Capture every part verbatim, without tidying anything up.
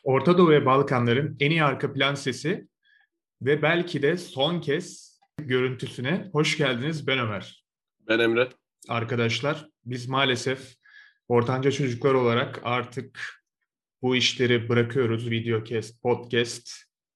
Orta Doğu ve Balkanların en iyi arka plan sesi ve belki de son kez görüntüsüne hoş geldiniz. Ben Ömer. Ben Emre. Arkadaşlar, biz maalesef ortanca çocuklar olarak artık bu işleri bırakıyoruz. Videocast, podcast.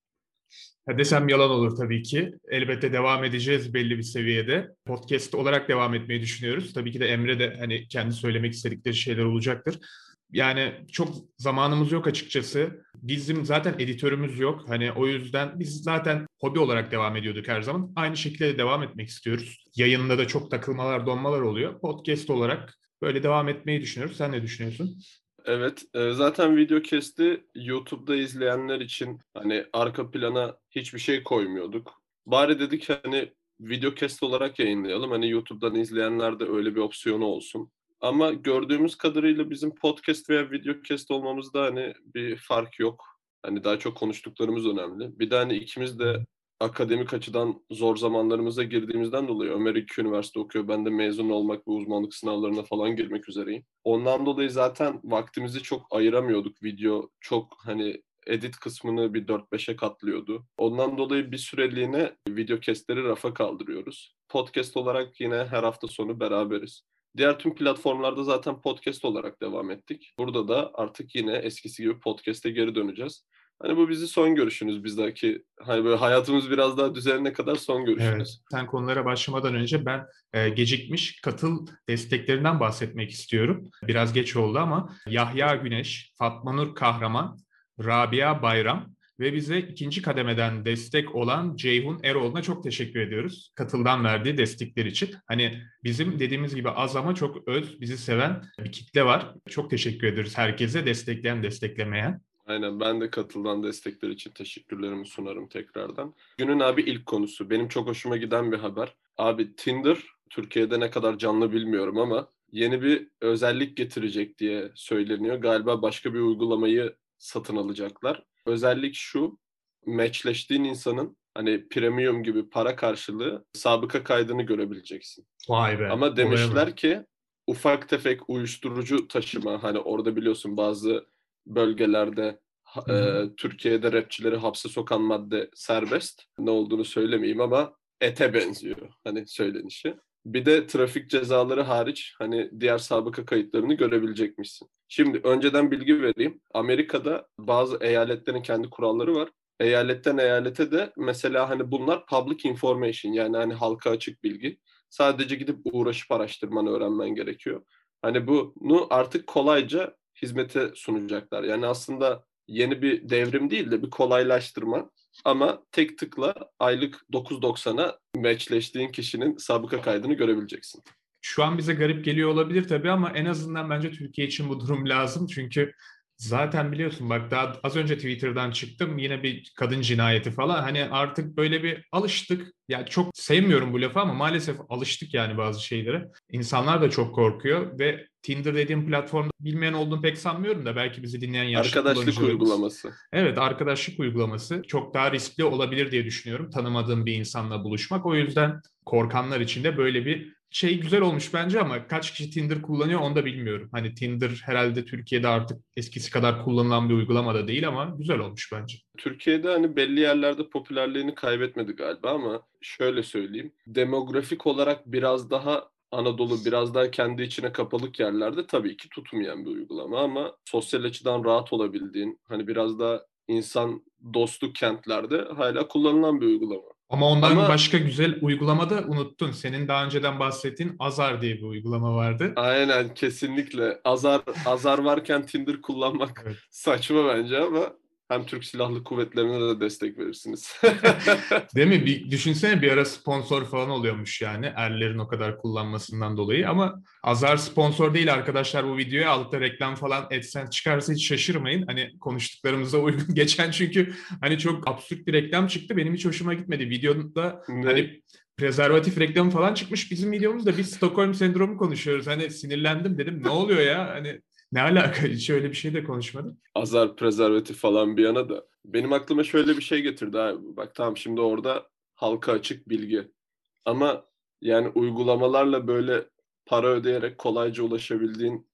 Ha desem yalan olur tabii ki. Elbette devam edeceğiz belli bir seviyede. Podcast olarak devam etmeyi düşünüyoruz. Tabii ki de Emre de hani kendi söylemek istedikleri şeyler olacaktır. Yani çok zamanımız yok açıkçası. Bizim zaten editörümüz yok. Hani o yüzden biz zaten hobi olarak devam ediyorduk her zaman. Aynı şekilde de devam etmek istiyoruz. Yayında da çok takılmalar, donmalar oluyor. Podcast olarak böyle devam etmeyi düşünüyoruz. Sen ne düşünüyorsun? Evet, e, zaten videocast'i YouTube'da izleyenler için hani arka plana hiçbir şey koymuyorduk. Bari dedik hani videocast olarak yayınlayalım. Hani YouTube'dan izleyenler de öyle bir opsiyonu olsun. Ama gördüğümüz kadarıyla bizim podcast veya videocast olmamızda hani bir fark yok. Hani daha çok konuştuklarımız önemli. Bir de hani ikimiz de akademik açıdan zor zamanlarımıza girdiğimizden dolayı Ömer iki üniversite okuyor. Ben de mezun olmak ve uzmanlık sınavlarına falan girmek üzereyim. Ondan dolayı zaten vaktimizi çok ayıramıyorduk. Video çok hani edit kısmını bir dört beşe katlıyordu. Ondan dolayı bir süreliğine video kestleri rafa kaldırıyoruz. Podcast olarak yine her hafta sonu beraberiz. Diğer tüm platformlarda zaten podcast olarak devam ettik. Burada da artık yine eskisi gibi podcast'e geri döneceğiz. Hani bu bizi son görüşünüz bizdeki hani böyle hayatımız biraz daha düzelene kadar son Evet. görüşünüz. Sen konulara başlamadan önce ben e, gecikmiş katıl desteklerinden bahsetmek istiyorum. Biraz geç oldu ama Yahya Güneş, Fatma Nur Kahraman, Rabia Bayram ve bize ikinci kademeden destek olan Ceyhun Eroğlu'na çok teşekkür ediyoruz. Katıldan verdiği destekler için. Hani bizim dediğimiz gibi az ama çok öz, bizi seven bir kitle var. Çok teşekkür ediyoruz herkese, destekleyen, desteklemeyen. Aynen, ben de katılan destekler için teşekkürlerimi sunarım tekrardan. Günün abi ilk konusu. Benim çok hoşuma giden bir haber. Abi Tinder Türkiye'de ne kadar canlı bilmiyorum ama yeni bir özellik getirecek diye söyleniyor. Galiba başka bir uygulamayı satın alacaklar. Özellik şu: matchleştiğin insanın hani premium gibi para karşılığı sabıka kaydını görebileceksin. Vay be, Ama olaya bak. demişler ki ufak tefek uyuşturucu taşıma, hani orada biliyorsun bazı bölgelerde ha- Hı hı. e, Türkiye'de rapçileri hapse sokan madde serbest. Ne olduğunu söylemeyeyim ama ete benziyor hani söylenişi. Bir de trafik cezaları hariç hani diğer sabıka kayıtlarını görebilecekmişsin. Şimdi önceden bilgi vereyim. Amerika'da bazı eyaletlerin kendi kuralları var. Eyaletten eyalete de mesela hani bunlar public information, yani hani halka açık bilgi. Sadece gidip uğraşıp araştırmanı öğrenmen gerekiyor. Hani bunu artık kolayca hizmete sunacaklar. Yani aslında yeni bir devrim değil de bir kolaylaştırma. Ama tek tıkla aylık dokuz doksana matchleştiğin kişinin sabıka kaydını görebileceksin. Şu an bize garip geliyor olabilir tabii ama en azından bence Türkiye için bu durum lazım. Çünkü zaten biliyorsun bak daha az önce Twitter'dan çıktım yine bir kadın cinayeti falan. Hani artık böyle bir alıştık. Ya çok sevmiyorum bu lafı ama maalesef alıştık yani bazı şeylere. İnsanlar da çok korkuyor ve Tinder dediğim platform bilmeyen olduğunu pek sanmıyorum da belki bizi dinleyen yaşlı Arkadaşlık kullanıcılarımız. uygulaması. Evet, arkadaşlık uygulaması çok daha riskli olabilir diye düşünüyorum. Tanımadığım bir insanla buluşmak. O yüzden korkanlar için de böyle bir şey güzel olmuş bence ama kaç kişi Tinder kullanıyor onu da bilmiyorum. Hani Tinder herhalde Türkiye'de artık eskisi kadar kullanılan bir uygulama da değil ama güzel olmuş bence. Türkiye'de hani belli yerlerde popülerliğini kaybetmedi galiba ama şöyle söyleyeyim. Demografik olarak biraz daha Anadolu, biraz daha kendi içine kapalık yerlerde tabii ki tutmayan bir uygulama ama sosyal açıdan rahat olabildiğin, hani biraz daha insan dostu kentlerde hala kullanılan bir uygulama. Ama ondan Ama başka güzel uygulama da unuttun. Senin daha önceden bahsettiğin Azar diye bir uygulama vardı. aynen, kesinlikle azar azar varken Tinder kullanmak Evet. saçma bence ama hem Türk Silahlı Kuvvetleri'ne de destek verirsiniz. Değil mi? Bir, düşünsene bir ara sponsor falan oluyormuş yani erlerin o kadar kullanmasından dolayı. Ama Azar sponsor değil arkadaşlar bu videoya. Altta reklam falan etsen çıkarsa hiç şaşırmayın. Hani konuştuklarımıza uygun geçen çünkü hani çok absürt bir reklam çıktı. Benim hiç hoşuma gitmedi. Videoda Ne? hani prezervatif reklamı falan çıkmış. Bizim videomuzda biz Stockholm sendromu konuşuyoruz. Hani sinirlendim dedim ne oluyor ya? Hani ne alaka? Hiç öyle bir şey de konuşmadım. Azar, prezervatif falan bir yana da. Benim aklıma şöyle bir şey getirdi abi. Bak tamam, şimdi orada halka açık bilgi. Ama yani uygulamalarla böyle para ödeyerek kolayca ulaşabildiğin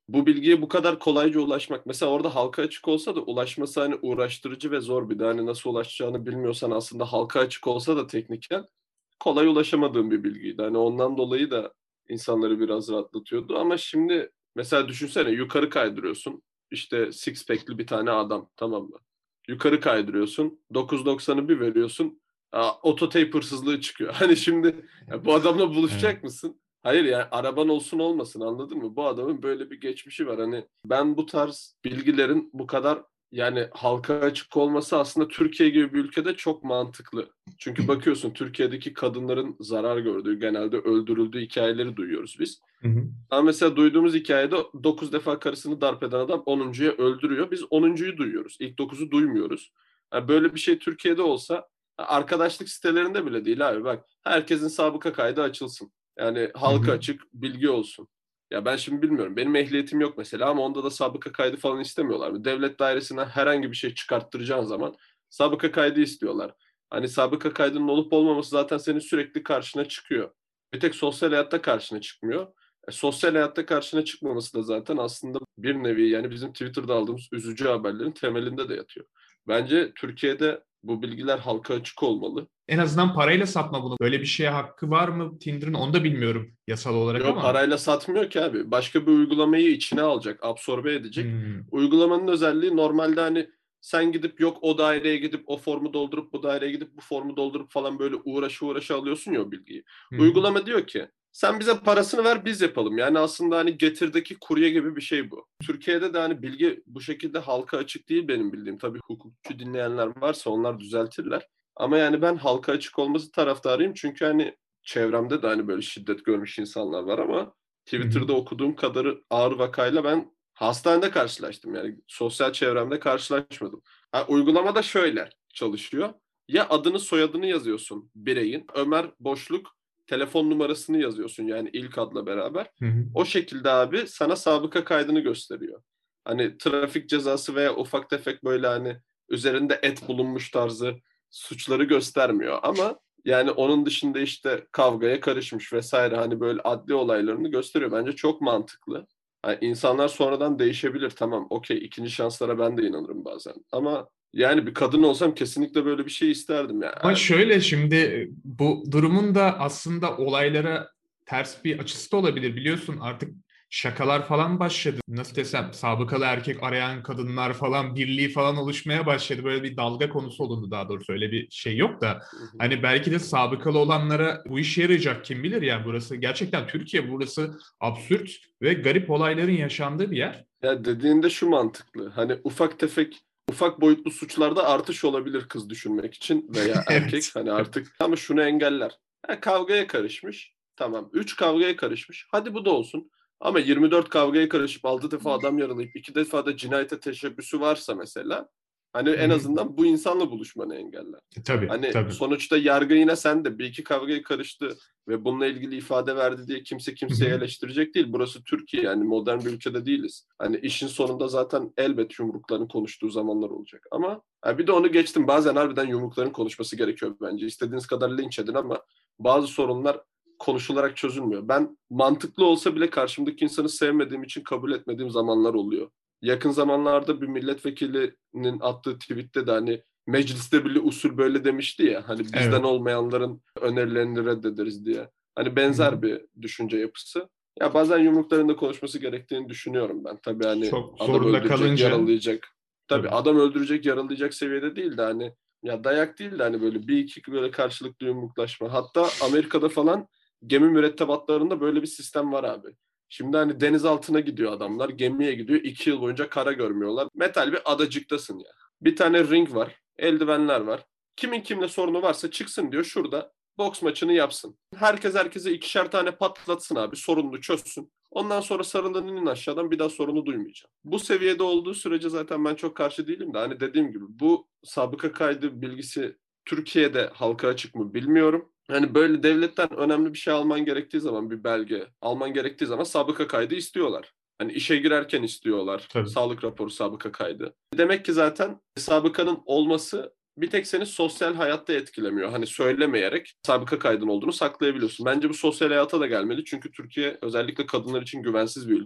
bu bilgiye bu kadar kolayca ulaşmak, mesela orada halka açık olsa da ulaşması hani uğraştırıcı ve zor, bir de hani nasıl ulaşacağını bilmiyorsan aslında halka açık olsa da tekniken kolay ulaşamadığım bir bilgiydi. Hani ondan dolayı da insanları biraz rahatlatıyordu ama şimdi mesela düşünsene, yukarı kaydırıyorsun, işte six pack'li bir tane adam, tamam mı? Yukarı kaydırıyorsun, dokuz doksanı bir veriyorsun, aa, ototape hırsızlığı çıkıyor. Hani şimdi ya bu adamla Evet. buluşacak mısın? Hayır, yani araban olsun olmasın, anladın mı? Bu adamın böyle bir geçmişi var. Hani ben bu tarz bilgilerin bu kadar yani halka açık olması aslında Türkiye gibi bir ülkede çok mantıklı. Çünkü bakıyorsun Türkiye'deki kadınların zarar gördüğü, genelde öldürüldüğü hikayeleri duyuyoruz biz. Hı hı. Ama mesela duyduğumuz hikayede dokuz defa karısını darp eden adam onuncuya öldürüyor. Biz onuncuyu duyuyoruz. İlk dokuzu duymuyoruz. Yani böyle bir şey Türkiye'de olsa, arkadaşlık sitelerinde bile değil abi, bak. Herkesin sabıka kaydı açılsın. Yani Hı halka hı. açık bilgi olsun. Ya ben şimdi bilmiyorum. Benim ehliyetim yok mesela ama onda da sabıka kaydı falan istemiyorlar mı? Devlet dairesinden herhangi bir şey çıkarttıracağın zaman sabıka kaydı istiyorlar. Hani sabıka kaydının olup olmaması zaten senin sürekli karşına çıkıyor. Bir tek sosyal hayatta karşına çıkmıyor. E, sosyal hayatta karşına çıkmaması da zaten aslında bir nevi yani bizim Twitter'da aldığımız üzücü haberlerin temelinde de yatıyor. Bence Türkiye'de bu bilgiler halka açık olmalı. En azından parayla satma bunu. Böyle bir şeye hakkı var mı Tinder'ın, onu da bilmiyorum yasal olarak Yo, ama. parayla satmıyor ki abi. Başka bir uygulamayı içine alacak, absorbe edecek. Hmm. Uygulamanın özelliği normalde hani sen gidip yok o daireye gidip o formu doldurup bu daireye gidip bu formu doldurup falan böyle uğraşı uğraşı alıyorsun ya o bilgiyi. Hı hı. Uygulama diyor ki sen bize parasını ver, biz yapalım. Yani aslında hani Getir'deki kurye gibi bir şey bu. Türkiye'de de hani bilgi bu şekilde halka açık değil benim bildiğim. Tabii hukukçu dinleyenler varsa onlar düzeltirler. Ama yani ben halka açık olması taraftarıyım. Çünkü hani çevremde de hani böyle şiddet görmüş insanlar var ama Hı hı. Twitter'da okuduğum kadarı ağır vakayla ben hastanede karşılaştım. Yani sosyal çevremde karşılaşmadım. Ha, uygulamada şöyle çalışıyor. Ya adını soyadını yazıyorsun bireyin. Ömer boşluk telefon numarasını yazıyorsun yani ilk adla beraber. Hı hı. O şekilde abi sana sabıka kaydını gösteriyor. Hani trafik cezası veya ufak tefek böyle hani üzerinde et bulunmuş tarzı suçları göstermiyor ama yani onun dışında işte kavgaya karışmış vesaire hani böyle adli olaylarını gösteriyor. Bence çok mantıklı. Yani insanlar sonradan değişebilir, tamam okey, ikinci şanslara ben de inanırım bazen. Ama yani bir kadın olsam kesinlikle böyle bir şey isterdim Ama yani. şöyle şimdi bu durumun da aslında olaylara ters bir açısı da olabilir. Biliyorsun artık şakalar falan başladı. Nasıl desem, sabıkalı erkek arayan kadınlar falan birliği falan oluşmaya başladı. Böyle bir dalga konusu olundu, daha doğrusu öyle bir şey yok da. Hı hı. Hani belki de sabıkalı olanlara bu işe yarayacak, kim bilir yani. Burası gerçekten Türkiye, burası absürt ve garip olayların yaşandığı bir yer. Ya dediğinde şu mantıklı. Hani ufak tefek ufak boyutlu suçlarda artış olabilir kız düşürmek için veya Evet. erkek. Hani artık ama şunu engeller. Ha, kavgaya karışmış. Tamam. Üç kavgaya karışmış. Hadi bu da olsun. Ama yirmi dört kavgaya karışıp altı defa adam yaralayıp iki defa da cinayete teşebbüsü varsa mesela hani Hı en hı. azından bu insanla buluşmanı engeller. Tabii, Hani tabii. sonuçta yargı yine sen de bir iki kavgaya karıştı ve bununla ilgili ifade verdi diye kimse Hı kimseyi hı. eleştirecek değil. Burası Türkiye, yani modern bir ülkede değiliz. Hani işin sonunda zaten elbet yumrukların konuştuğu zamanlar olacak. Ama ha bir de onu geçtim, bazen harbiden yumrukların konuşması gerekiyor bence. İstediğiniz kadar linç edin ama bazı sorunlar konuşularak çözülmüyor. Ben mantıklı olsa bile karşımdaki insanı sevmediğim için kabul etmediğim zamanlar oluyor. Yakın zamanlarda bir milletvekilinin attığı tweette de hani mecliste bile usul böyle demişti ya, hani bizden Evet. olmayanların önerilerini reddederiz diye. Hani Hı hı. benzer bir düşünce yapısı. Ya bazen yumrukların da konuşması gerektiğini düşünüyorum ben. Tabii hani Çok adam zorunda öldürecek, kalınca yaralayacak. Tabii tabii. adam öldürecek, yaralayacak seviyede değil de hani ya dayak değil de hani böyle bir iki böyle karşılıklı yumruklaşma. Hatta Amerika'da falan gemi mürettebatlarında böyle bir sistem var abi. Şimdi hani deniz altına gidiyor adamlar, gemiye gidiyor, iki yıl boyunca kara görmüyorlar. Metal bir adacıktasın ya. Bir tane ring var, eldivenler var. Kimin kimle sorunu varsa çıksın diyor şurada boks maçını yapsın. Herkes herkese ikişer tane patlatsın abi, sorununu çözsün. Ondan sonra sarılın inin aşağıdan, bir daha sorunu duymayacağım. Bu seviyede olduğu sürece zaten ben çok karşı değilim de hani dediğim gibi bu sabıka kaydı bilgisi Türkiye'de halka açık mı bilmiyorum. Hani böyle devletten önemli bir şey alman gerektiği zaman, bir belge alman gerektiği zaman sabıka kaydı istiyorlar. Hani işe girerken istiyorlar. Tabii. Sağlık raporu, sabıka kaydı. Demek ki zaten sabıkanın olması bir tek seni sosyal hayatta etkilemiyor. Hani söylemeyerek sabıka kaydın olduğunu saklayabiliyorsun. Bence bu sosyal hayata da gelmeli. Çünkü Türkiye özellikle kadınlar için güvensiz bir ülke.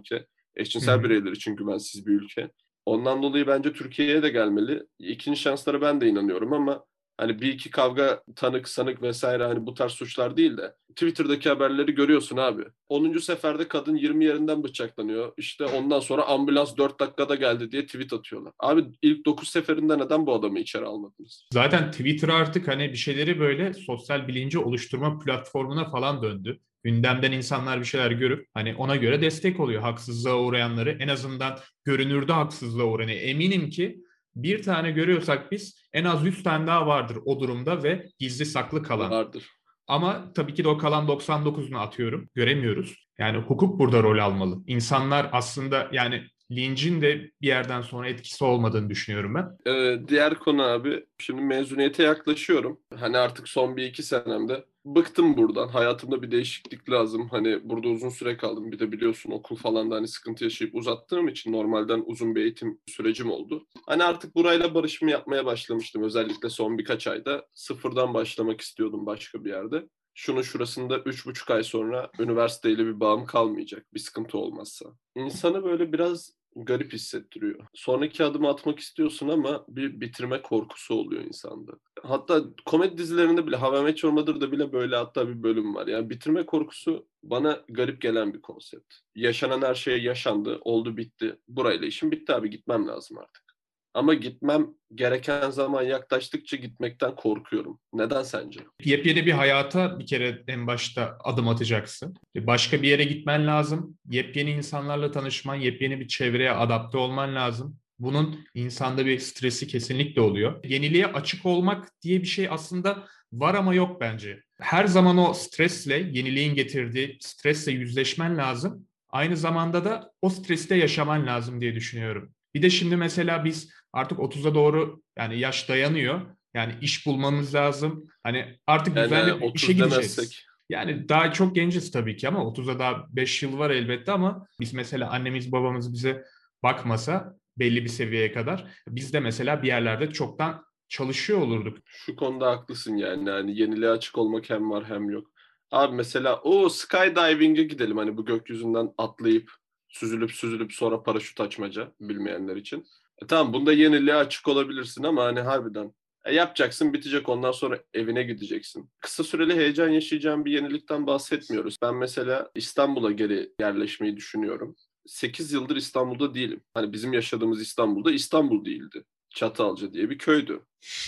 Hı Eşcinsel hı. bireyler için güvensiz bir ülke. Ondan dolayı bence Türkiye'ye de gelmeli. İkinci şanslara ben de inanıyorum ama hani bir iki kavga, tanık, sanık vesaire hani bu tarz suçlar değil de Twitter'daki haberleri görüyorsun abi. onuncu seferde kadın yirmi yerinden bıçaklanıyor. İşte ondan sonra ambulans dört dakikada geldi diye tweet atıyorlar. Abi ilk dokuz seferinde neden bu adamı içeri almadınız? Zaten Twitter artık hani bir şeyleri böyle sosyal bilinci oluşturma platformuna falan döndü. Gündemden insanlar bir şeyler görüp hani ona göre destek oluyor. Haksızlığa uğrayanları en azından görünürde haksızlığa uğrayanı. Eminim ki bir tane görüyorsak biz en az yüz tane daha vardır o durumda ve gizli saklı kalan. Vardır. Ama tabii ki de o kalan doksan dokuzunu atıyorum. Göremiyoruz. Yani hukuk burada rol almalı. İnsanlar aslında yani lincin de bir yerden sonra etkisi olmadığını düşünüyorum ben. Ee, diğer konu abi, şimdi mezuniyete yaklaşıyorum. Hani artık son bir iki senemde bıktım buradan. Hayatımda bir değişiklik lazım. Hani burada uzun süre kaldım. Bir de biliyorsun okul falan da hani sıkıntı yaşayıp uzattığım için normalden uzun bir eğitim sürecim oldu. Hani artık burayla barışımı yapmaya başlamıştım. Özellikle son birkaç ayda sıfırdan başlamak istiyordum başka bir yerde. Şunun şurasında üç buçuk ay sonra üniversiteyle bir bağım kalmayacak. Bir sıkıntı olmazsa. İnsanı böyle biraz garip hissettiriyor. Sonraki adımı atmak istiyorsun ama bir bitirme korkusu oluyor insanda. Hatta komedi dizilerinde bile, How I Met Your Mother'da bile böyle hatta bir bölüm var. Yani bitirme korkusu bana garip gelen bir konsept. Yaşanan her şey yaşandı, oldu bitti. Burayla işim bitti abi, gitmem lazım artık. Ama gitmem gereken zaman yaklaştıkça gitmekten korkuyorum. Neden sence? Yepyeni bir hayata bir kere en başta adım atacaksın. Başka bir yere gitmen lazım. Yepyeni insanlarla tanışman, yepyeni bir çevreye adapte olman lazım. Bunun insanda bir stresi kesinlikle oluyor. Yeniliğe açık olmak diye bir şey aslında var ama yok bence. Her zaman o stresle, yeniliğin getirdiği stresle yüzleşmen lazım. Aynı zamanda da o streste yaşaman lazım diye düşünüyorum. Bir de şimdi mesela biz artık otuza doğru yani yaş dayanıyor. Yani iş bulmamız lazım. Hani artık Yani düzenli bir işe otuz gideceğiz. demezsek. Yani daha çok genciz tabii ki ama otuza daha beş yıl var elbette ama biz mesela annemiz babamız bize bakmasa belli bir seviyeye kadar biz de mesela bir yerlerde çoktan çalışıyor olurduk. Şu konuda haklısın yani. Hani yeniliğe açık olmak hem var hem yok. Abi mesela o skydiving'e gidelim, hani bu gökyüzünden atlayıp süzülüp süzülüp sonra paraşüt açmaca, bilmeyenler için. E tamam, bunda yeniliğe açık olabilirsin ama hani harbiden e yapacaksın, bitecek, ondan sonra evine gideceksin. Kısa süreli heyecan yaşayacağım bir yenilikten bahsetmiyoruz. Ben mesela İstanbul'a geri yerleşmeyi düşünüyorum. sekiz yıldır İstanbul'da değilim. Hani bizim yaşadığımız İstanbul'da İstanbul değildi. Çatalca diye bir köydü.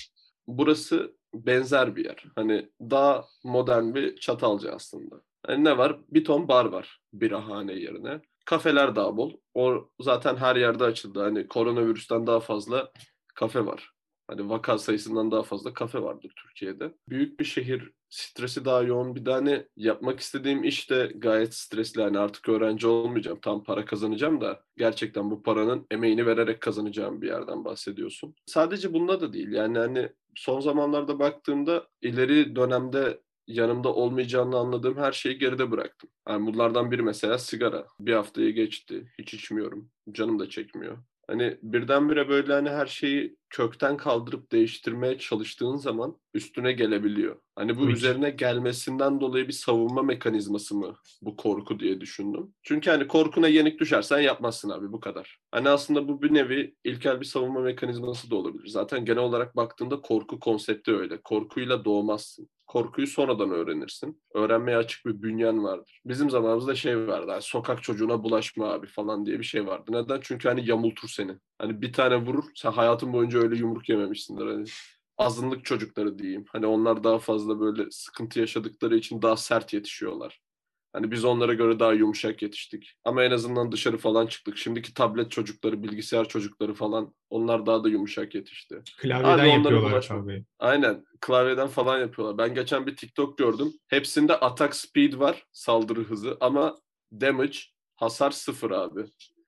Burası benzer bir yer. Hani daha modern bir Çatalca aslında. Hani ne var? Bir ton bar var birahane yerine. Kafeler daha bol. O zaten her yerde açıldı. Hani koronavirüsten daha fazla kafe var. Hani vaka sayısından daha fazla kafe vardır Türkiye'de. Büyük bir şehir, stresi daha yoğun. Bir de hani yapmak istediğim iş de gayet stresli. Hani artık öğrenci olmayacağım. Tam para kazanacağım da gerçekten bu paranın emeğini vererek kazanacağım bir yerden bahsediyorsun. Sadece bunda da değil. Yani hani son zamanlarda baktığımda ileri dönemde yanımda olmayacağını anladığım her şeyi geride bıraktım. Yani bunlardan biri mesela sigara. Bir haftayı geçti. Hiç içmiyorum. Canım da çekmiyor. Hani birdenbire böyle hani her şeyi kökten kaldırıp değiştirmeye çalıştığın zaman üstüne gelebiliyor. Hani bu Tabii ki. üzerine gelmesinden dolayı bir savunma mekanizması mı bu korku diye düşündüm. Çünkü hani korkuna yenik düşersen yapmazsın abi, bu kadar. Hani aslında bu bir nevi ilkel bir savunma mekanizması da olabilir. Zaten genel olarak baktığında korku konsepti öyle. Korkuyla doğmazsın. Korkuyu sonradan öğrenirsin. Öğrenmeye açık bir bünyen vardır. Bizim zamanımızda şey vardı. Hani sokak çocuğuna bulaşma abi falan diye bir şey vardı. Neden? Çünkü hani yamultur seni. Hani bir tane vurur, sen hayatın boyunca öyle yumruk yememişsindir. Hani azınlık çocukları diyeyim. Hani onlar daha fazla böyle sıkıntı yaşadıkları için daha sert yetişiyorlar. Hani biz onlara göre daha yumuşak yetiştik. Ama en azından dışarı falan çıktık. Şimdiki tablet çocukları, bilgisayar çocukları falan, onlar daha da yumuşak yetişti. Klavyeden Abi onlara yapıyorlar bulaşma. kavgayı. Aynen. Klavyeden falan yapıyorlar. Ben geçen bir TikTok gördüm. Hepsinde attack speed var, saldırı hızı, ama damage, hasar sıfır abi.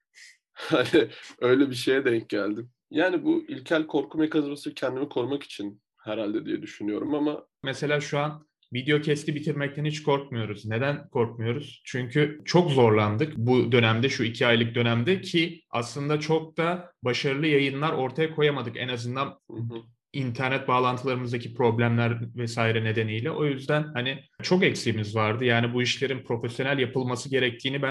Hani öyle bir şeye denk geldim. Yani bu ilkel korku mekanizması kendimi korumak için herhalde diye düşünüyorum ama Mesela şu an video kesti bitirmekten hiç korkmuyoruz. Neden korkmuyoruz? Çünkü çok zorlandık bu dönemde, şu iki aylık dönemde ki aslında çok da başarılı yayınlar ortaya koyamadık. En azından hı hı. internet bağlantılarımızdaki problemler vesaire nedeniyle. O yüzden hani çok eksiğimiz vardı. Yani bu işlerin profesyonel yapılması gerektiğini ben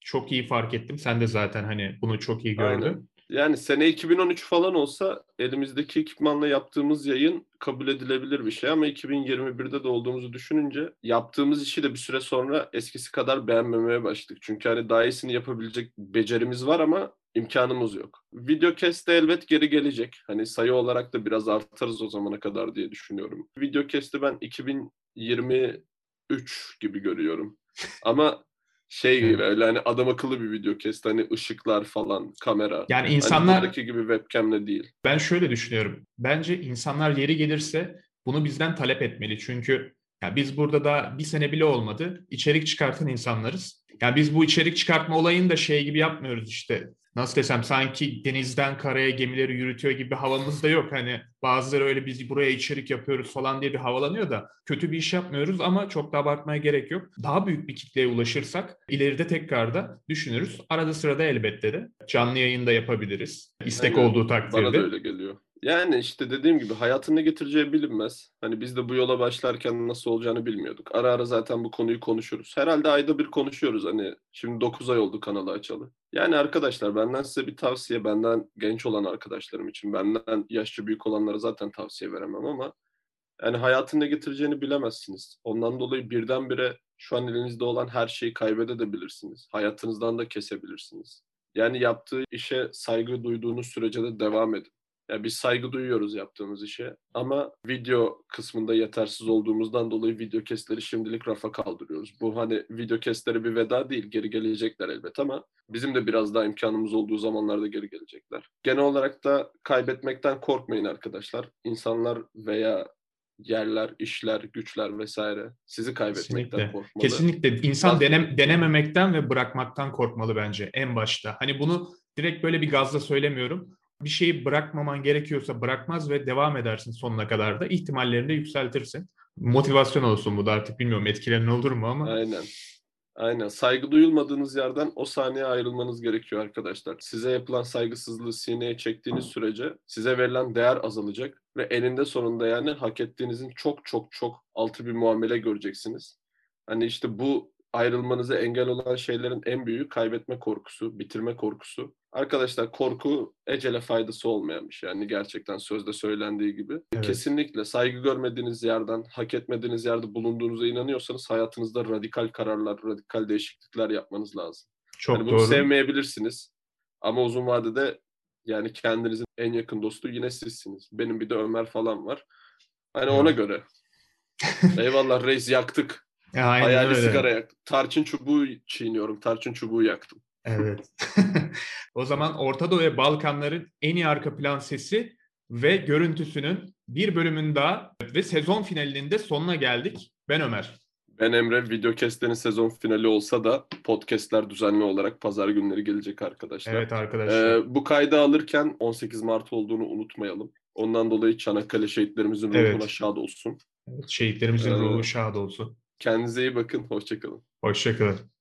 çok iyi fark ettim. Sen de zaten hani bunu çok iyi Aynen. gördün. Yani sene iki bin on üç falan olsa elimizdeki ekipmanla yaptığımız yayın kabul edilebilir bir şey ama iki bin yirmi birde de olduğumuzu düşününce yaptığımız işi de bir süre sonra eskisi kadar beğenmemeye başladık. Çünkü hani daha iyisini yapabilecek becerimiz var ama imkanımız yok. Videocast de elbet geri gelecek. Hani sayı olarak da biraz artarız o zamana kadar diye düşünüyorum. Videocast'i ben iki bin yirmi üç gibi görüyorum. Ama şey gibi Evet. öyle hani adam akıllı bir video kesti. Hani ışıklar falan, kamera. Yani Hani insanlar, buradaki gibi webcam'le değil. ben şöyle düşünüyorum. Bence insanlar yeri gelirse bunu bizden talep etmeli. Çünkü ya biz burada da bir sene bile olmadı. İçerik çıkartan insanlarız. Yani biz bu içerik çıkartma olayını da şey gibi yapmıyoruz işte. Nasıl desem, sanki denizden karaya gemileri yürütüyor gibi bir havamız da yok. Hani bazıları öyle biz buraya içerik yapıyoruz falan diye bir havalanıyor da kötü bir iş yapmıyoruz ama çok da abartmaya gerek yok. Daha büyük bir kitleye ulaşırsak ileride tekrar da düşünürüz. Arada sırada elbette de canlı yayın da yapabiliriz. İstek Aynen. olduğu Bana da takdirde. öyle geliyor. Yani işte dediğim gibi hayatın ne getireceği bilinmez. Hani biz de bu yola başlarken nasıl olacağını bilmiyorduk. Ara ara zaten bu konuyu konuşuruz. Herhalde ayda bir konuşuyoruz. Hani şimdi dokuz ay oldu kanalı açalı. Yani arkadaşlar benden size bir tavsiye. Benden genç olan arkadaşlarım için. Benden yaşça büyük olanlara zaten tavsiye veremem ama yani hayatın ne getireceğini bilemezsiniz. Ondan dolayı birdenbire şu an elinizde olan her şeyi kaybedebilirsiniz. Hayatınızdan da kesebilirsiniz. Yani yaptığı işe saygı duyduğunuz sürece de devam edin. Ya biz saygı duyuyoruz yaptığımız işe ama video kısmında yetersiz olduğumuzdan dolayı video kesleri şimdilik rafa kaldırıyoruz. Bu hani video kesleri bir veda değil, geri gelecekler elbet ama bizim de biraz daha imkanımız olduğu zamanlarda geri gelecekler. Genel olarak da kaybetmekten korkmayın arkadaşlar. İnsanlar veya yerler, işler, güçler vesaire sizi kaybetmekten Kesinlikle. korkmalı. Kesinlikle insan Bas denem, denememekten ve bırakmaktan korkmalı bence en başta. Hani bunu direkt böyle bir gazla söylemiyorum. Bir şeyi bırakmaman gerekiyorsa bırakmaz ve devam edersin sonuna kadar da ihtimallerini de yükseltirsin. Motivasyon olsun bu da, artık bilmiyorum etkilerin olur mu ama. Aynen. Aynen. Saygı duyulmadığınız yerden o saniye ayrılmanız gerekiyor arkadaşlar. Size yapılan saygısızlığı sineye çektiğiniz sürece size verilen değer azalacak ve eninde sonunda yani hak ettiğinizin çok çok çok altı bir muamele göreceksiniz. Hani işte bu ayrılmanıza engel olan şeylerin en büyüğü kaybetme korkusu, bitirme korkusu. Arkadaşlar korku ecele faydası olmayan bir şey. Yani gerçekten sözde söylendiği gibi. Evet, Kesinlikle saygı görmediğiniz yerden, hak etmediğiniz yerde bulunduğunuza inanıyorsanız hayatınızda radikal kararlar, radikal değişiklikler yapmanız lazım. Hani çok bunu doğru. sevmeyebilirsiniz ama uzun vadede yani kendinizin en yakın dostu yine sizsiniz. Benim bir de Ömer falan var. Hani ona Eyvallah. göre. Eyvallah reis yaktık. Aynen Hayali öyle. sigara yaktım. Tarçın çubuğu çiğniyorum. Tarçın çubuğu yaktım. Evet. O zaman Orta Doğu ve Balkanların en iyi arka plan sesi ve görüntüsünün bir bölümün daha ve sezon finalinin de sonuna geldik. Ben Ömer. Ben Emre. Videocast'lerin sezon finali olsa da podcast'ler düzenli olarak pazar günleri gelecek arkadaşlar. Evet arkadaşlar. Ee, bu kaydı alırken on sekiz Mart olduğunu unutmayalım. Ondan dolayı Çanakkale şehitlerimizin ruhuna Evet. şad olsun. Evet, şehitlerimizin Ee, ruhu şad olsun. kendinize iyi bakın. Hoşça kalın. Hoşça kalın.